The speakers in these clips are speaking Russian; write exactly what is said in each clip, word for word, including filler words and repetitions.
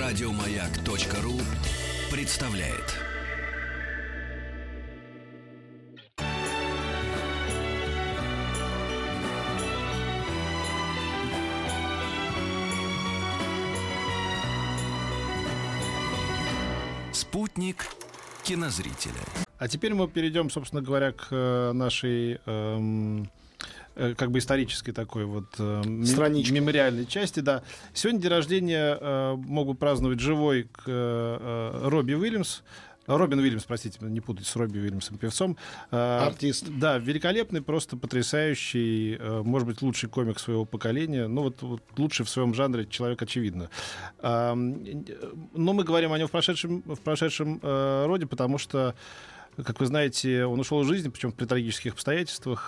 Радиомаяк.ру представляет. Спутник кинозрителя. А теперь мы перейдем, собственно говоря, к нашей эм, э, как бы исторической такой вот э, мемориальной части. Да. Сегодня день рождения э, могут праздновать живой к, э, Робби Уильямс. Робин Уильямс, простите, не путать с Робби Уильямсом, певцом. Артист. Да, великолепный, просто потрясающий, может быть, лучший комик своего поколения. Ну, вот, вот лучший в своем жанре человек, очевидно. Но мы говорим о нем в прошедшем, в прошедшем роде, потому что, как вы знаете, он ушел из жизни, причем при трагических обстоятельствах.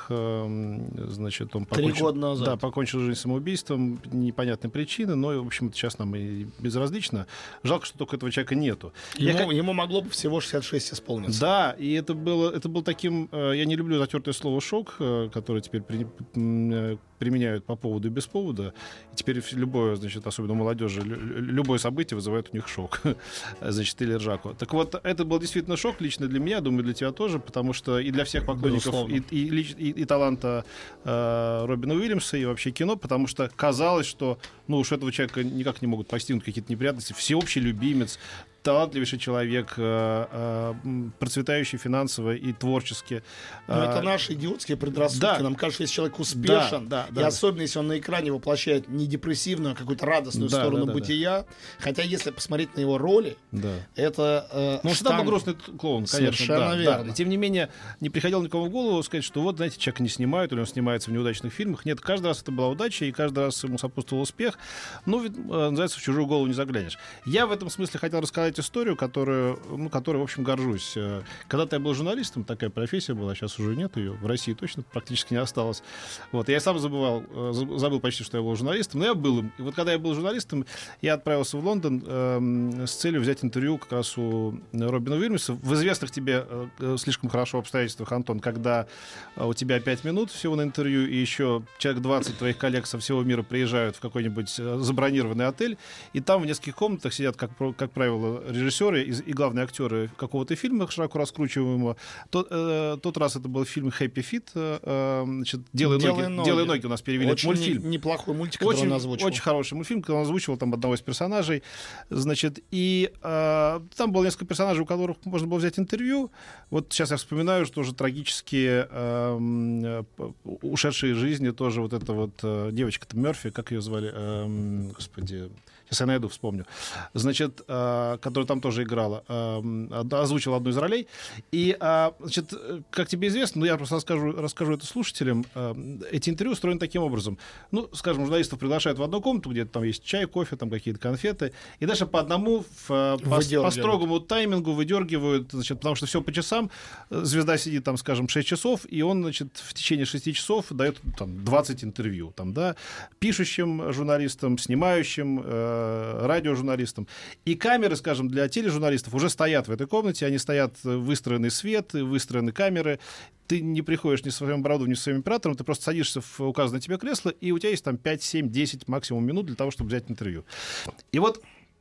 Значит, он покончил, Три года назад. Да, покончил жизнь самоубийством, непонятной причины, но, в общем, сейчас нам и безразлично. Жалко, что только этого человека нету. Ему, я, ему могло бы всего шестьдесят шесть исполниться. Да, и это было, это был таким... Я не люблю затертое слово «шок», которое теперь при, применяют по поводу и без повода. И теперь любое, значит, особенно у молодежи, любое событие вызывает у них шок. Значит, или ржаку. Так вот, это был действительно шок лично для меня, думаю, для тебя тоже, потому что и для всех поклонников и, и, и, и таланта э, Робина Уильямса, и вообще кино, потому что казалось, что ну уж этого человека никак не могут постигнуть какие-то неприятности. Всеобщий любимец, талантливейший человек, э, э, процветающий финансово и творчески. Но это наши идиотские предрассудки. Да. Нам кажется, если человек успешен, да, да, и да. особенно если он на экране воплощает не депрессивную, а какую-то радостную да, сторону да, да, бытия. Да. Хотя если посмотреть на его роли, да. это... Э, ну, что там был грустный клоун, конечно. Совершенно да, верно. Да. Тем не менее, не приходило никому в голову сказать, что вот, знаете, человека не снимают, или он снимается в неудачных фильмах. Нет, каждый раз это была удача, и каждый раз ему сопутствовал успех. Ну, ведь, называется, в чужую голову не заглянешь. Я в этом смысле хотел рассказать историю, которую ну, которой, в общем, горжусь. Когда-то я был журналистом, такая профессия была, сейчас уже нет ее, в России точно практически не осталось. Вот. Я сам забывал, забыл почти, что я был журналистом, но я был им. И вот когда я был журналистом, я отправился в Лондон э, с целью взять интервью как раз у Робина Уильямса. В известных тебе э, слишком хорошо обстоятельствах, Антон, когда у тебя пять минут всего на интервью, и еще человек двадцать твоих коллег со всего мира приезжают в какой-нибудь забронированный отель, и там в нескольких комнатах сидят, как, как правило, режиссеры из и главные актеры какого-то фильма, широко раскручиваемого. Тот, э, тот раз это был фильм «Happy Feet», э, значит, «Делай, Делай ноги», ноги. «Делай ноги» у нас перевели. Очень мультфильм. Не, неплохой мультик, который очень, он озвучивал. Очень хороший мультфильм, который он озвучивал там одного из персонажей. Значит, и э, там было несколько персонажей, у которых можно было взять интервью. Вот сейчас я вспоминаю, что уже трагически э, ушедшие из жизни тоже вот эта вот э, девочка-то Мёрфи, как ее звали? Э, господи... Сейчас я найду, вспомню. Значит, э, которая там тоже играла, э, озвучила одну из ролей. И, э, значит, как тебе известно, ну, я просто расскажу, расскажу это слушателям, э, эти интервью устроены таким образом. Ну, скажем, журналистов приглашают в одну комнату, где там есть чай, кофе, там какие-то конфеты, и дальше по одному, в, по, по строгому таймингу выдергивают, значит, потому что все по часам. Звезда сидит там, скажем, шесть часов, и он, значит, в течение шести часов дает там двадцать интервью, там, да, пишущим журналистам, снимающим, э, радиожурналистам. И камеры, скажем, для тележурналистов уже стоят в этой комнате, они стоят, выстроенный свет, выстроены камеры. Ты не приходишь ни со своим оборудованием, ни со своим оператором, ты просто садишься в указанное тебе кресло, и у тебя есть там пять, семь, десять максимум минут для того, чтобы взять интервью. И вот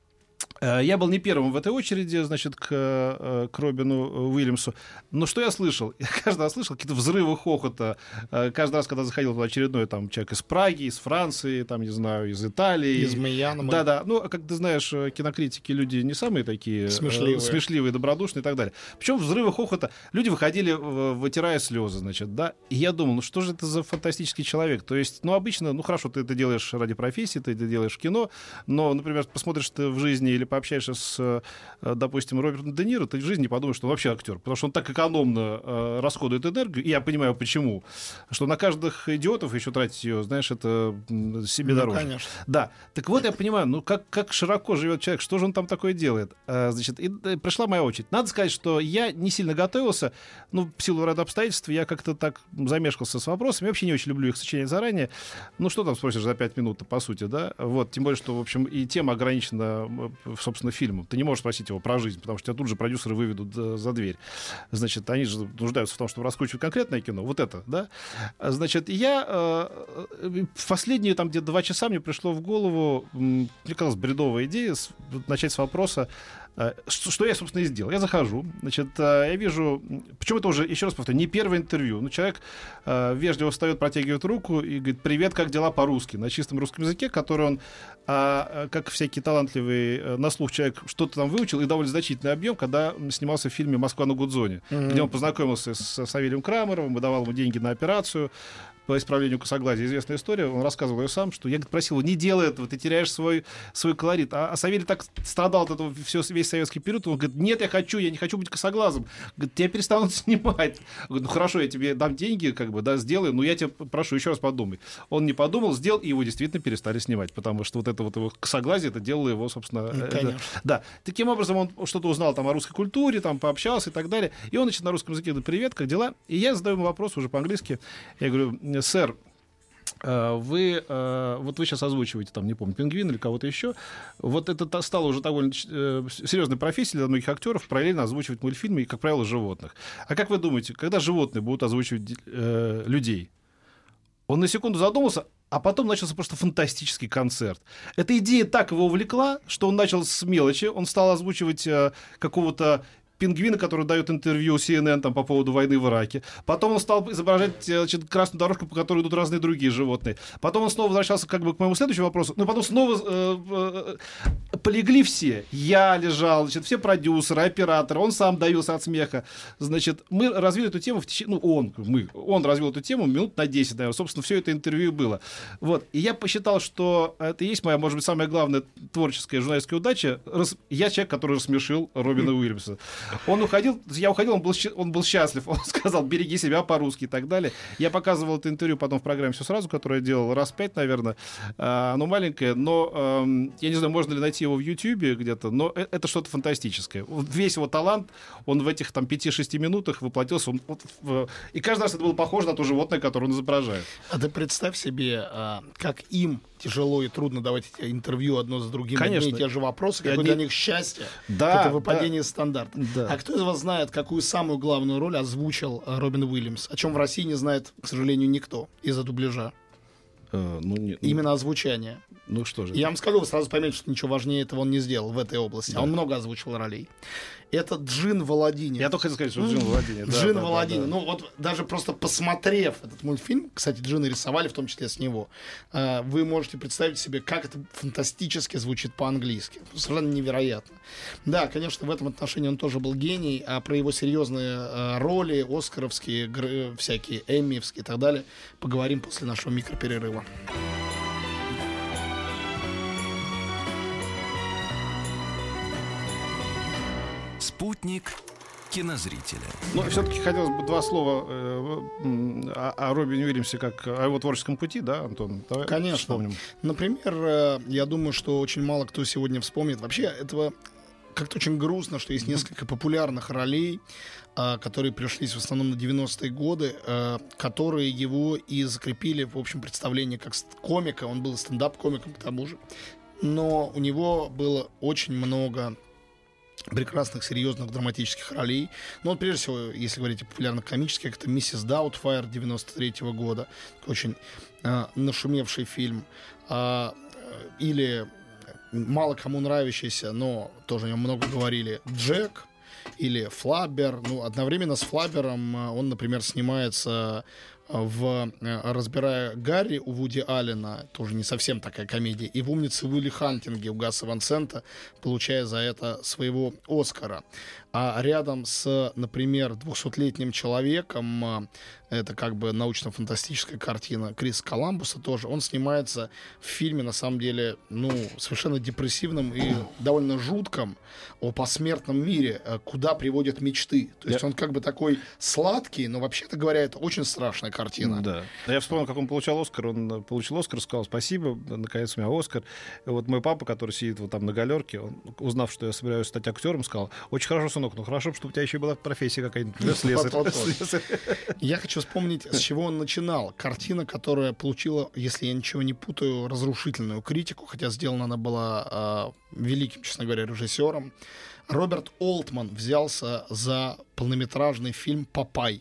я был не первым в этой очереди, значит, к, к Робину Уильямсу. Но что я слышал? Я каждый раз слышал какие-то взрывы хохота. Каждый раз, когда заходил туда очередной там, человек из Праги, из Франции, там, не знаю, из Италии. Из Мьянмы. Да-да. Ну, как ты знаешь, кинокритики люди не самые такие смешливые, смешливые добродушные и так далее. Причем взрывы хохота. Люди выходили, вытирая слезы, значит, да. И я думал, ну что же это за фантастический человек? То есть, ну, обычно, ну, хорошо, ты это делаешь ради профессии, ты это делаешь в кино, но, например, посмотришь ты в жизни или пообщаешься с, допустим, Робертом Де Ниро, ты в жизни не подумаешь, что он вообще актер, потому что он так экономно э, расходует энергию, и я понимаю, почему, что на каждых идиотов еще тратить ее, знаешь, это себе ну, дороже. Конечно. Да, так вот я понимаю, ну как, как широко живет человек, что же он там такое делает? А, значит, и, и пришла моя очередь. Надо сказать, что я не сильно готовился, ну, в силу ряда обстоятельств, я как-то так замешкался с вопросами, я вообще не очень люблю их сочинять заранее. Ну, что там спросишь за пять минут, по сути, да? Вот, тем более, что, в общем, и тема ограничена собственно, фильмом. Ты не можешь спросить его про жизнь, потому что тебя тут же продюсеры выведут за, за дверь. Значит, они же нуждаются в том, чтобы раскручивать конкретное кино. Вот это, да? Значит, я э, в последние там где-то два часа мне пришло в голову, мне казалось, бредовая идея с, начать с вопроса, Что, что я, собственно, и сделал. Я захожу, значит, я вижу... Причем это уже, еще раз повторю, не первое интервью. Ну, человек э, вежливо встает, протягивает руку и говорит: «Привет, как дела?» по-русски, на чистом русском языке, который он, э, как всякий талантливый э, на слух человек, что-то там выучил, и довольно значительный объем, когда снимался в фильме «Москва на Гудзоне», mm-hmm. где он познакомился с Савелием Крамеровым и давал ему деньги на операцию по исправлению косоглазия. Известная история, он рассказывал ее сам, что я, говорит, просил его: не делай этого, ты теряешь свой, свой колорит. А, а Савелий так страдал от этого все, весь советский период, он говорит: нет, я хочу, я не хочу быть косоглазым. Говорит: тебя перестанут снимать. Говорит: ну хорошо, я тебе дам деньги, как бы, да, сделаю, но я тебя прошу, еще раз подумай. Он не подумал, сделал, и его действительно перестали снимать, потому что вот это вот его косоглазие, это делало его, собственно... Ну, это, да. Таким образом, он что-то узнал там о русской культуре, там пообщался и так далее. И он, значит, на русском языке говорит: привет, как дела? И я задаю ему вопрос уже по-английски. Я говорю: сэр, вы, вот вы сейчас озвучиваете, там, не помню, «Пингвин» или кого-то еще. Вот это стало уже довольно серьезной профессией для многих актеров параллельно озвучивать мультфильмы и, как правило, животных. А как вы думаете, когда животные будут озвучивать э, людей? Он на секунду задумался, а потом начался просто фантастический концерт. Эта идея так его увлекла, что он начал с мелочи. Он стал озвучивать э, какого-то пингвина, который дает интервью си эн эн там, по поводу войны в Ираке. Потом он стал изображать, значит, красную дорожку, по которой идут разные другие животные. Потом он снова возвращался как бы к моему следующему вопросу. Но потом снова э, э, полегли все. Я лежал, значит, все продюсеры, операторы. Он сам давился от смеха. Значит, мы развили эту тему в течение... Ну, он, мы. Он развил эту тему минут на десять, наверное. Собственно, все это интервью было. Вот. И я посчитал, что это и есть моя, может быть, самая главная творческая журналистская удача. Я человек, который рассмешил Робина Уильямса. Он уходил, я уходил, он был, он был счастлив. Он сказал: береги себя по-русски и так далее. Я показывал это интервью потом в программе «Все сразу», которую я делал раз пять, наверное. А, оно маленькое, но а, я не знаю, можно ли найти его в Ютьюбе где-то, но это, это что-то фантастическое. Весь его талант, он в этих там пяти-шести минутах воплотился. Он, вот, в, и каждый раз это было похоже на то животное, которое он изображает. А ты представь себе, а, как им тяжело и трудно давать эти интервью одно за другим. Конечно. Одни и те же вопросы, какое они... для них счастье. Да, это выпадение да. из стандарта. Да. А кто из вас знает, какую самую главную роль озвучил Робин Уильямс? О чем в России не знает, к сожалению, никто из-за дубляжа. Uh, ну, не, ну, Именно озвучание. Ну что же. Я вам скажу, вы сразу поймете, что ничего важнее этого он не сделал в этой области. Да. А он много озвучил ролей. Это Джин Володини. Я только хотел сказать, что Джин Володини. Да, Джин да, Володини. Да, да. Ну вот даже просто посмотрев этот мультфильм, кстати, Джина рисовали, в том числе с него, вы можете представить себе, как это фантастически звучит по-английски. Совершенно невероятно. Да, конечно, в этом отношении он тоже был гений, а про его серьезные роли, оскаровские, всякие эммиевские и так далее, поговорим после нашего микроперерыва. Спутник кинозрителя. Ну, все-таки хотелось бы два слова э, о, о Робине Уильямсе как о его творческом пути, да, Антон? Давай Конечно. Вспомним. Например, я думаю, что очень мало кто сегодня вспомнит. Вообще, этого как-то очень грустно, что есть несколько популярных ролей, которые пришлись в основном на девяностые годы, которые его и закрепили в общем представлении как комика. Он был стендап-комиком к тому же. Но у него было очень много прекрасных, серьезных, драматических ролей. Но вот, прежде всего, если говорить о популярных комических, это «Миссис Даутфайр» девяносто третьего года. Очень э, нашумевший фильм. А, или мало кому нравящийся, но тоже о нем много говорили, «Джек» или «Флаббер». Ну, одновременно с «Флаббером» он, например, снимается в «Разбирая Гарри» у Вуди Аллена, тоже не совсем такая комедия, и в «Умнице Уилли Хантинге» у Гаса Ван Сента, получая за это своего Оскара. А рядом с, например, «Двухсотлетним человеком», это как бы научно-фантастическая картина Криса Коламбуса тоже, он снимается в фильме, на самом деле, ну, совершенно депрессивном и довольно жутком о посмертном мире, куда приводят мечты. То есть он как бы такой сладкий, но вообще-то говоря, это очень страшная картина. Да. Я вспомнил, как он получал Оскар. Он получил Оскар, сказал: спасибо, наконец у меня Оскар. И вот мой папа, который сидит вот там на галерке, он, узнав, что я собираюсь стать актером, сказал: очень хорошо, сынок, ну хорошо, чтобы у тебя еще была профессия какая-нибудь. Слесарь. Я хочу вспомнить, с чего он начинал. Картина, которая получила, если я ничего не путаю, разрушительную критику, хотя сделана она была э, великим, честно говоря, режиссером. Роберт Олтман взялся за полнометражный фильм «Папай».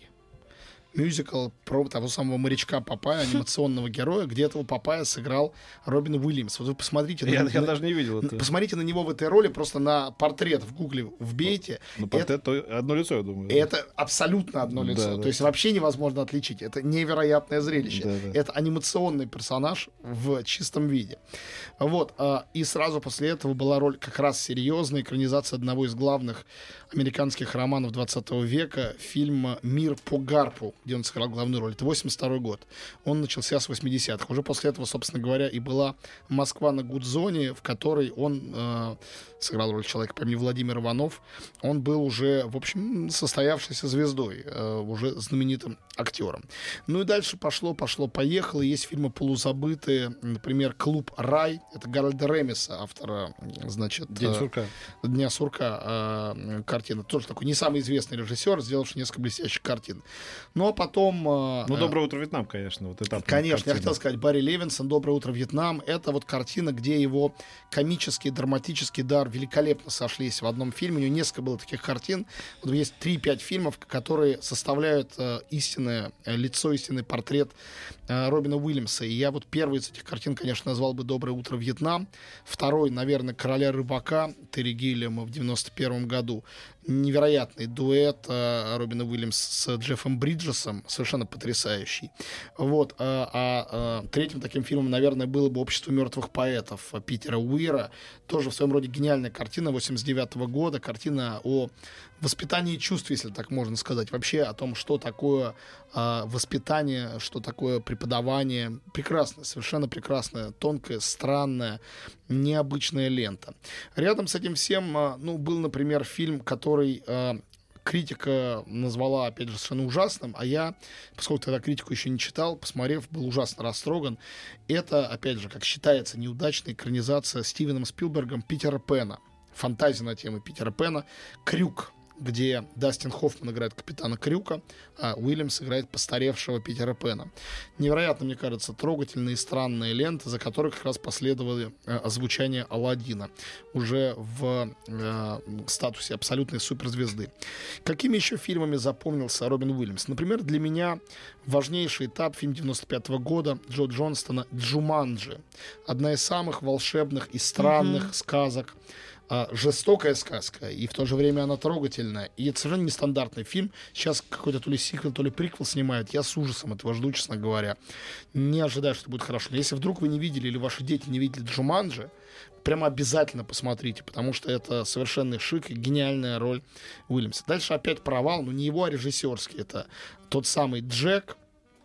Мюзикл про того самого морячка Папая, анимационного героя, где этого Папая сыграл Робин Уильямс. Вот вы посмотрите... Я, на, я на, даже не видел это. Посмотрите на него в этой роли, просто на портрет в гугле вбейте. Ну, портрет это, одно лицо, я думаю. Да. Это абсолютно одно лицо. Да, То да. есть вообще невозможно отличить. Это невероятное зрелище. Да, да. Это анимационный персонаж в чистом виде. Вот. И сразу после этого была роль как раз серьезная, экранизация одного из главных американских романов двадцатого века, фильма «Мир по Гарпу», где он сыграл главную роль. Это восемьдесят второй год. Он начался с восьмидесятых. Уже после этого, собственно говоря, и была «Москва на Гудзоне», в которой он э, сыграл роль человека по имени Владимир Иванов. Он был уже, в общем, состоявшейся звездой, э, уже знаменитым актером. Ну и дальше пошло, пошло, поехало. Есть фильмы полузабытые, например, «Клуб Рай». Это Гарольда Ремиса, автора, значит... «День сурка». Э, «Дня сурка» э, картина. Тоже такой не самый известный режиссер, сделавший несколько блестящих картин. Ну а потом... Э, ну, «Доброе утро, Вьетнам», конечно. Вот этап. Конечно, картина. я хотел сказать, Барри Левинсон, «Доброе утро, Вьетнам». Это вот картина, где его комический, драматический дар великолепно сошлись в одном фильме. У него несколько было таких картин. Вот есть три-пять фильмов, которые составляют э, истинное э, лицо, истинный портрет э, Робина Уильямса. И я вот первый из этих картин, конечно, назвал бы «Доброе утро, Вьетнам». Второй, наверное, «Короля рыбака» Терри Гиллиама в девяносто первом году. Невероятный дуэт э, Робина Уильямс с Джеффом Бриджесом, совершенно потрясающий. Вот. А, а, а третьим таким фильмом, наверное, было бы «Общество мертвых поэтов» Питера Уира. Тоже в своем роде гениальная картина восемьдесят девятого года. Картина о воспитании чувств, если так можно сказать. Вообще о том, что такое э, воспитание, что такое преподавание. Прекрасная, совершенно прекрасная, тонкая, странная, необычная лента. Рядом с этим всем, э, ну, был, например, фильм, который... Э, критика назвала, опять же, совершенно ужасным, а я, поскольку тогда критику еще не читал, посмотрев, был ужасно растроган. Это, опять же, как считается, неудачная экранизация Стивеном Спилбергом Питера Пэна. Фантазия на тему Питера Пэна. «Крюк», где Дастин Хоффман играет капитана Крюка, а Уильямс играет постаревшего Питера Пэна. Невероятно, мне кажется, трогательная и странная лента, за которой как раз последовали э, озвучания Аладдина уже в э, статусе абсолютной суперзвезды. Какими еще фильмами запомнился Робин Уильямс? Например, для меня важнейший этап, фильм девяносто пятого года Джо Джонстона «Джуманджи». Одна из самых волшебных и странных mm-hmm. сказок. А, жестокая сказка, и в то же время она трогательная. И это совершенно нестандартный фильм. Сейчас какой-то то ли сиквел, то ли приквел снимают. Я с ужасом этого жду, честно говоря. Не ожидаю, что будет хорошо. Но если вдруг вы не видели или ваши дети не видели «Джуманджи», прямо обязательно посмотрите, потому что это совершенный шик и гениальная роль Уильямса. Дальше опять провал, но не его, а режиссерский. Это тот самый «Джек»,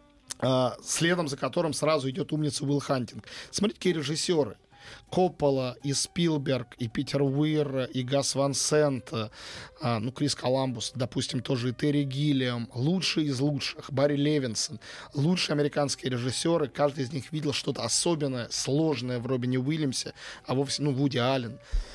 а, следом за которым сразу идет умница Уилл Хантинг. Смотрите, какие режиссеры. Коппола, и Спилберг, и Питер Уир, и Гас Ван Сент, а, ну, Крис Коламбус, допустим, тоже и Терри Гиллиам. Лучшие из лучших. Барри Левинсон. Лучшие американские режиссеры. Каждый из них видел что-то особенное, сложное в Робине Уильямсе, а вовсе, ну, Вуди Аллен.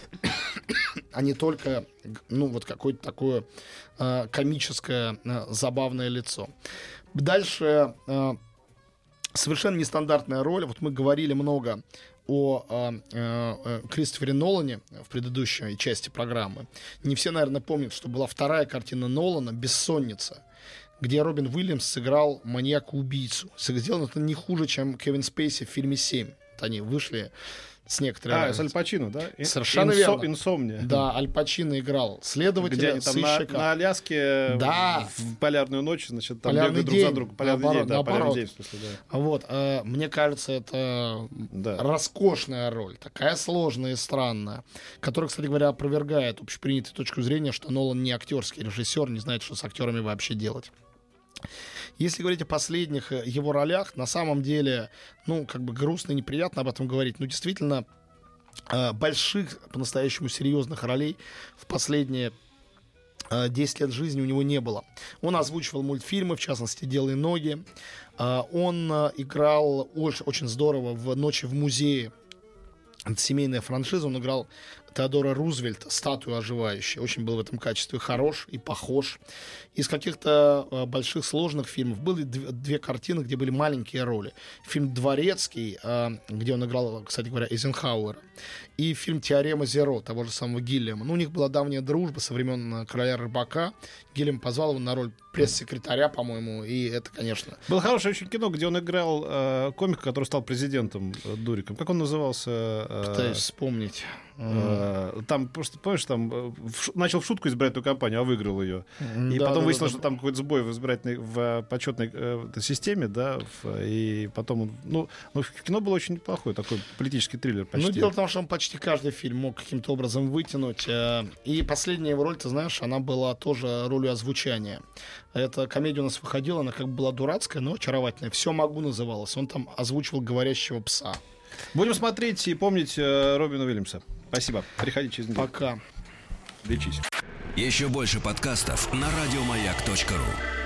А не только, ну, вот какое-то такое а, комическое, а, забавное лицо. Дальше а, совершенно нестандартная роль. Вот мы говорили много о э, э, Кристофере Нолане в предыдущей части программы. Не все, наверное, помнят, что была вторая картина Нолана «Бессонница», где Робин Уильямс сыграл маньяка-убийцу. Сделано это не хуже, чем Кевин Спейси в фильме «семь». Вот они вышли с некоторой... А, с Аль Пачино, да? Совершенно Инсо- верно. «Инсомния». Да, Аль Пачино играл следователя, где они там на, сыщика. на Аляске Да. в, в полярную ночь, значит, там Полярный бегают друг день. за другом. Полярный Наоборот, день, да, наоборот. полярный день, в смысле, да. Вот, э, мне кажется, это Да. роскошная роль, такая сложная и странная, которая, кстати говоря, опровергает общепринятую точку зрения, что Нолан не актерский режиссер, не знает, что с актерами вообще делать. Если говорить о последних его ролях, на самом деле, ну, как бы грустно и неприятно об этом говорить, но действительно больших, по-настоящему серьезных ролей в последние десять лет жизни у него не было. Он озвучивал мультфильмы, в частности, «Делай ноги». Он играл очень, очень здорово в «Ночи в музее». Это семейная франшиза. Он играл Теодора Рузвельта, статую оживающую. Очень был в этом качестве хорош и похож. Из каких-то э, больших сложных фильмов были две, две картины, где были маленькие роли. Фильм «Дворецкий», э, где он играл, кстати говоря, Эйзенхауэра. И фильм «Теорема Зеро» того же самого Гиллиама. Ну, у них была давняя дружба со времен «Короля Рыбака». Гиллиам позвал его на роль пресс-секретаря, по-моему, и это, конечно... Было хорошее очень кино, где он играл э, комика, который стал президентом, э, Дуриком. Как он назывался? Э, Пытаюсь вспомнить. Э, там просто, помнишь, там э, в, начал в шутку избирательную кампанию, а выиграл ее. И Да, потом да, выяснилось, да, что там какой-то сбой в избирательной, в почетной э, системе, да, в, и потом он... Ну, ну, кино было очень неплохое, такой политический триллер почти. Ну, дело в том, что он почти каждый фильм мог каким-то образом вытянуть. И последняя его роль, ты знаешь, она была тоже ролью озвучания. Эта комедия у нас выходила, она как бы была дурацкая, но очаровательная. «Все могу» называлась. Он там озвучивал говорящего пса. Будем смотреть и помнить э, Робина Уильямса. Спасибо. Приходи через неделю. Пока. Лечись. Еще больше подкастов на радиомаяк точка ру.